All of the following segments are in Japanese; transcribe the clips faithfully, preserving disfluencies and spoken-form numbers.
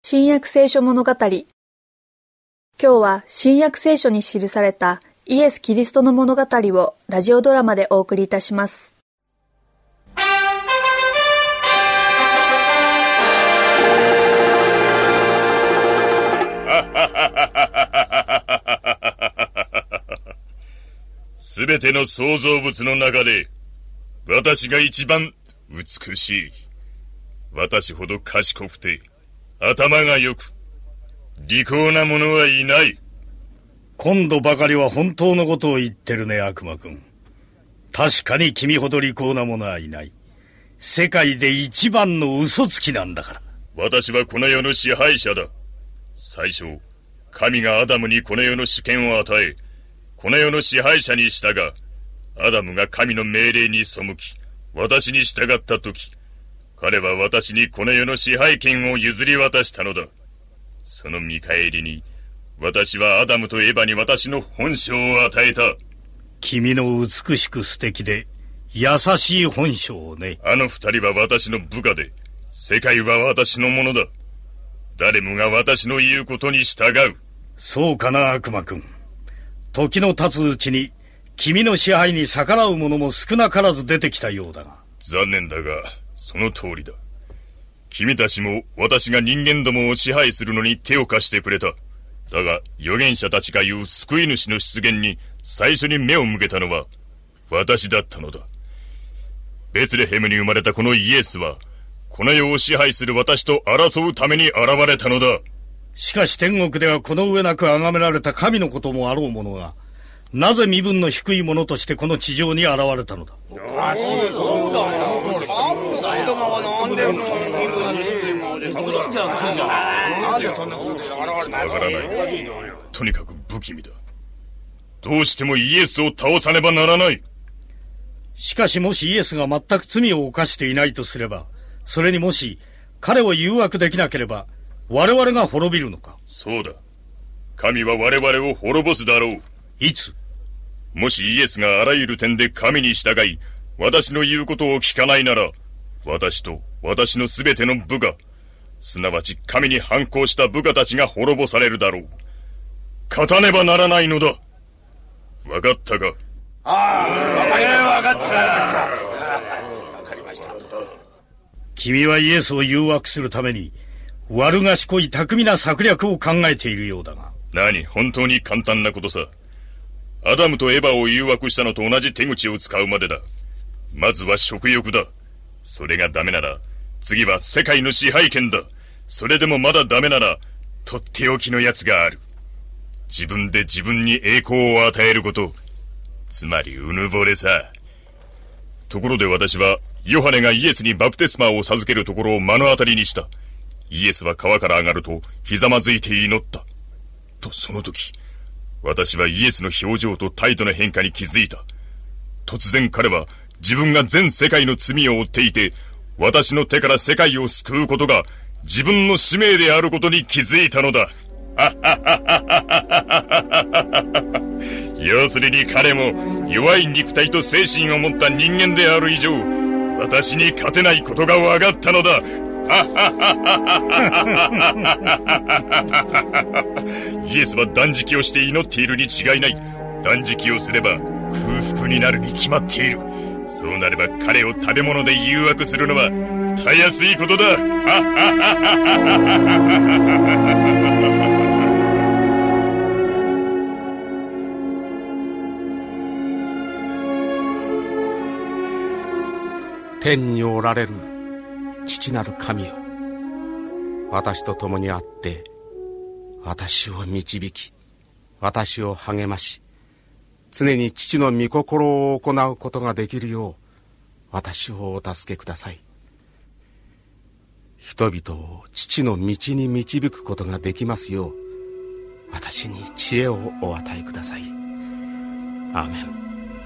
新約聖書物語。今日は新約聖書に記されたイエス・キリストの物語をラジオドラマでお送りいたします。 すべての創造物の中で私が一番美しい。私ほど賢くて頭が良く利口な者はいない。 今度ばかりは本当のことを言ってるね、悪魔くん。確かに君ほど利口な者はいない。世界で一番の嘘つきなんだから。 私はこの世の支配者だ。最初神がアダムにこの世の主権を与え、この世の支配者にしたが、アダムが神の命令に背き私に従ったとき、彼は私にこの世の支配権を譲り渡したのだ。その見返りに私はアダムとエバに私の本性を与えた。 君の美しく素敵で優しい本性をね。 あの二人は私の部下で、世界は私のものだ。誰もが私の言うことに従う。 そうかな、悪魔くん。時の経つうちに君の支配に逆らう者も少なからず出てきたようだが。 残念だがその通りだ。君たちも私が人間どもを支配するのに手を貸してくれた。だが預言者たちが言う救い主の出現に最初に目を向けたのは私だったのだ。ベツレヘムに生まれたこのイエスは、この世を支配する私と争うために現れたのだ。 しかし天国ではこの上なく崇められた神のこともあろうものが、なぜ身分の低い者としてこの地上に現れたのだ。おかしい。そうだよ。子供はなんでわからない。とにかく不気味だ。どうしてもイエスを倒さねばならない。 しかしもしイエスが全く罪を犯していないとすれば、それにもし彼を誘惑できなければ我々が滅びるのか。 そうだ。神は我々を滅ぼすだろう。 いつ？ もしイエスがあらゆる点で神に従い、私の言うことを聞かないなら、私と私のすべての部下、すなわち神に反抗した部下たちが滅ぼされるだろう。勝たねばならないのだ。わかったか？ ああ、わかりました。わかった。わかりました。 君はイエスを誘惑するために悪賢い巧みな策略を考えているようだが。 何、本当に簡単なことさ。アダムとエバを誘惑したのと同じ手口を使うまでだ。まずは食欲だ。それがダメなら次は世界の支配権だ。それでもまだダメならとっておきのやつがある。自分で自分に栄光を与えること、つまりうぬぼれさ。ところで私はヨハネがイエスにバプテスマを授けるところを目の当たりにした。イエスは川から上がるとひざまずいて祈った。とその時、私はイエスの表情と態度の変化に気づいた。突然彼は自分が全世界の罪を負っていて、私の手から世界を救うことが自分の使命であることに気づいたのだ。要するに彼も弱い肉体と精神を持った人間である以上、私に勝てないことが分かったのだ。イエスは断食をして祈っているに違いない。断食をすれば空腹になるに決まっている。そうなれば彼を食べ物で誘惑するのはたやすいことだ。 天におられる父なる神よ、私と共にあって私を導き、私を励まし、常に父の御心を行うことができるよう私をお助けください。人々を父の道に導くことができますよう私に知恵をお与えください。アーメン。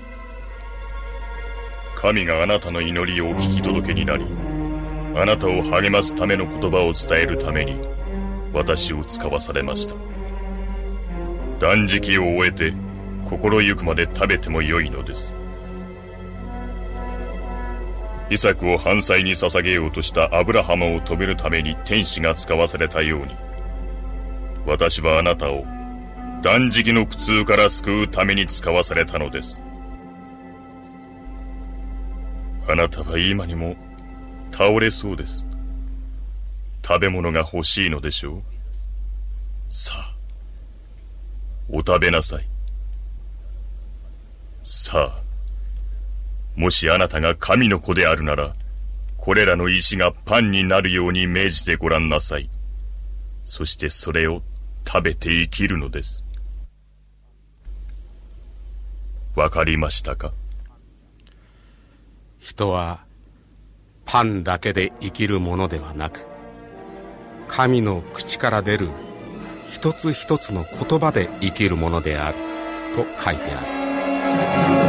神があなたの祈りをお聞き届けになり、あなたを励ますための言葉を伝えるために私を使わされました。断食を終えて心ゆくまで食べてもよいのです。 イサクを犯罪に捧げようとしたアブラハムを止めるために天使が使わされたように、私はあなたを断食の苦痛から救うために使わされたのです。あなたは今にも倒れそうです。食べ物が欲しいのでしょう。さあ、お食べなさい。さあ、もしあなたが神の子であるなら、これらの石がパンになるように命じてごらんなさい。そしてそれを食べて生きるのです。わかりましたか？ 人はパンだけで生きるものではなく、神の口から出る一つ一つの言葉で生きるものであると書いてある。